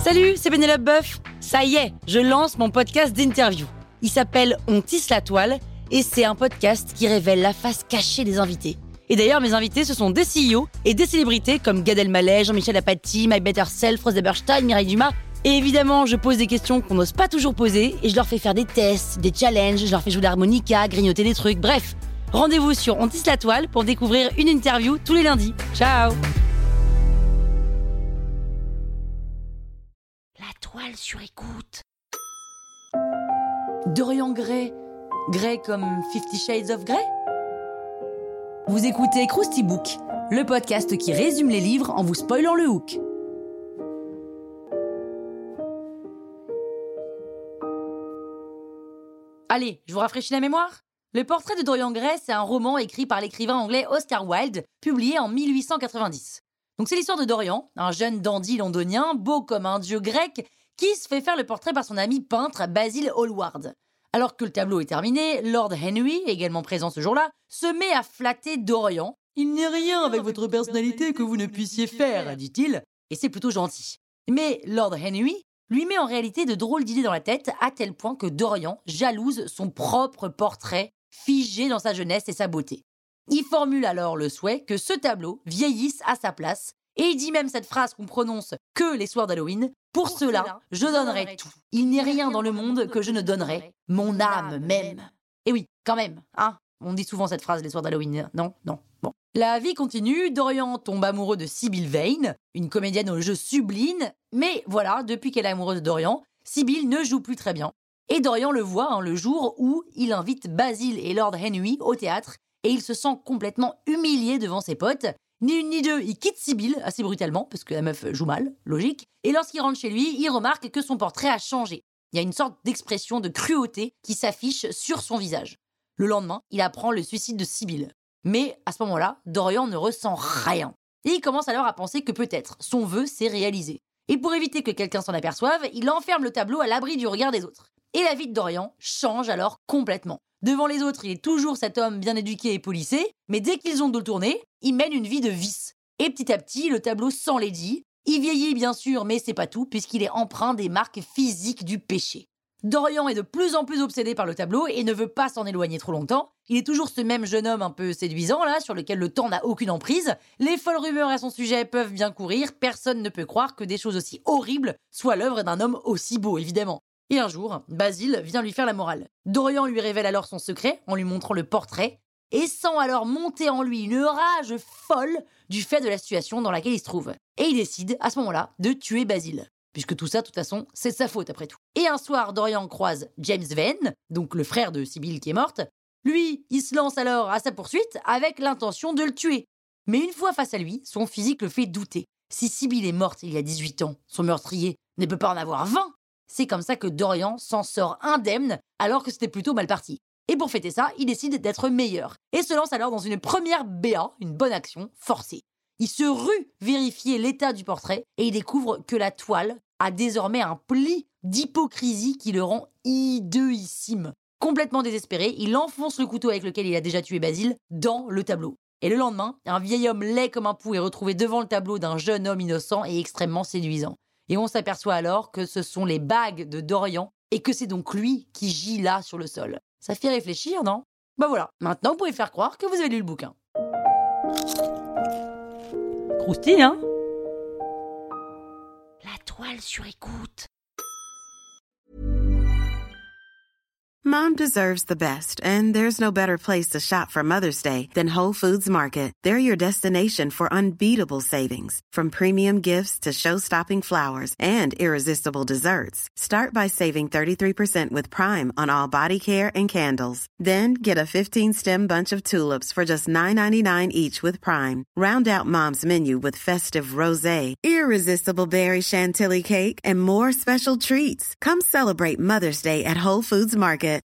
Salut, c'est Pénélope Boeuf. Ça y est, je lance mon podcast d'interview. Il s'appelle On tisse la toile et c'est un podcast qui révèle la face cachée des invités. Et d'ailleurs, mes invités, ce sont des CEO et des célébrités comme Gad Elmaleh, Jean-Michel Apathy, My Better Self, Rose Eberstein, Mireille Dumas. Et évidemment, je pose des questions qu'on n'ose pas toujours poser et je leur fais faire des tests, des challenges, je leur fais jouer de l'harmonica, grignoter des trucs, bref. Rendez-vous sur On tisse la toile pour découvrir une interview tous les lundis. Ciao! La toile sur écoute. Dorian Gray. Gray comme 50 Shades of Grey. Vous écoutez Krusty Book, le podcast qui résume les livres en vous spoilant le hook. Allez, je vous rafraîchis la mémoire. Le portrait de Dorian Gray, c'est un roman écrit par l'écrivain anglais Oscar Wilde, publié en 1890. Donc c'est l'histoire de Dorian, un jeune dandy londonien, beau comme un dieu grec, qui se fait faire le portrait par son ami peintre Basil Hallward. Alors que le tableau est terminé, Lord Henry, également présent ce jour-là, se met à flatter Dorian. « Il n'est rien avec votre personnalité que vous ne puissiez faire », dit-il, et c'est plutôt gentil. Mais Lord Henry lui met en réalité de drôles d'idées dans la tête, à tel point que Dorian jalouse son propre portrait, figé dans sa jeunesse et sa beauté. Il formule alors le souhait que ce tableau vieillisse à sa place, et il dit même cette phrase qu'on prononce que les soirs d'Halloween, « Pour cela, je donnerai tout. Il n'est rien dans le monde que je ne donnerai, mon âme même. » Et oui, quand même, hein. On dit souvent cette phrase les soirs d'Halloween, non. Bon. La vie continue, Dorian tombe amoureux de Sybil Vane, une comédienne au jeu sublime, mais voilà, depuis qu'elle est amoureuse de Dorian, Sybil ne joue plus très bien. Et Dorian le voit le jour où il invite Basil et Lord Henry au théâtre, et il se sent complètement humilié devant ses potes. Ni une ni deux, il quitte Sybil assez brutalement, parce que la meuf joue mal, logique. Et lorsqu'il rentre chez lui, il remarque que son portrait a changé. Il y a une sorte d'expression de cruauté qui s'affiche sur son visage. Le lendemain, il apprend le suicide de Sybil. Mais à ce moment-là, Dorian ne ressent rien. Et il commence alors à penser que peut-être son vœu s'est réalisé. Et pour éviter que quelqu'un s'en aperçoive, il enferme le tableau à l'abri du regard des autres. Et la vie de Dorian change alors complètement. Devant les autres, il est toujours cet homme bien éduqué et policé, mais dès qu'ils ont de le tourner, il mène une vie de vice. Et petit à petit, le tableau s'enlaidit. Il vieillit bien sûr, mais c'est pas tout, puisqu'il est empreint des marques physiques du péché. Dorian est de plus en plus obsédé par le tableau et ne veut pas s'en éloigner trop longtemps. Il est toujours ce même jeune homme un peu séduisant, là, sur lequel le temps n'a aucune emprise. Les folles rumeurs à son sujet peuvent bien courir, personne ne peut croire que des choses aussi horribles soient l'œuvre d'un homme aussi beau, évidemment. Et un jour, Basil vient lui faire la morale. Dorian lui révèle alors son secret en lui montrant le portrait et sent alors monter en lui une rage folle du fait de la situation dans laquelle il se trouve. Et il décide, à ce moment-là, de tuer Basil. Puisque tout ça, de toute façon, c'est de sa faute après tout. Et un soir, Dorian croise James Vane, donc le frère de Sybil qui est morte. Lui, il se lance alors à sa poursuite avec l'intention de le tuer. Mais une fois face à lui, son physique le fait douter. Si Sybil est morte il y a 18 ans, son meurtrier ne peut pas en avoir 20. C'est comme ça que Dorian s'en sort indemne, alors que c'était plutôt mal parti. Et pour fêter ça, il décide d'être meilleur, et se lance alors dans une première BA, une bonne action, forcée. Il se rue vérifier l'état du portrait, et il découvre que la toile a désormais un pli d'hypocrisie qui le rend hideusissime. Complètement désespéré, il enfonce le couteau avec lequel il a déjà tué Basil dans le tableau. Et le lendemain, un vieil homme laid comme un pou est retrouvé devant le tableau d'un jeune homme innocent et extrêmement séduisant. Et on s'aperçoit alors que ce sont les bagues de Dorian et que c'est donc lui qui gît là sur le sol. Ça fait réfléchir, non ? Bah voilà, maintenant vous pouvez faire croire que vous avez lu le bouquin. Croustille, hein ? La toile sur écoute. Mom deserves the best, and there's no better place to shop for Mother's Day than Whole Foods Market. They're your destination for unbeatable savings, from premium gifts to show-stopping flowers and irresistible desserts. Start by saving 33% with Prime on all body care and candles. Then get a 15-stem bunch of tulips for just $9.99 each with Prime. Round out Mom's menu with festive rosé, irresistible berry chantilly cake, and more special treats. Come celebrate Mother's Day at Whole Foods Market.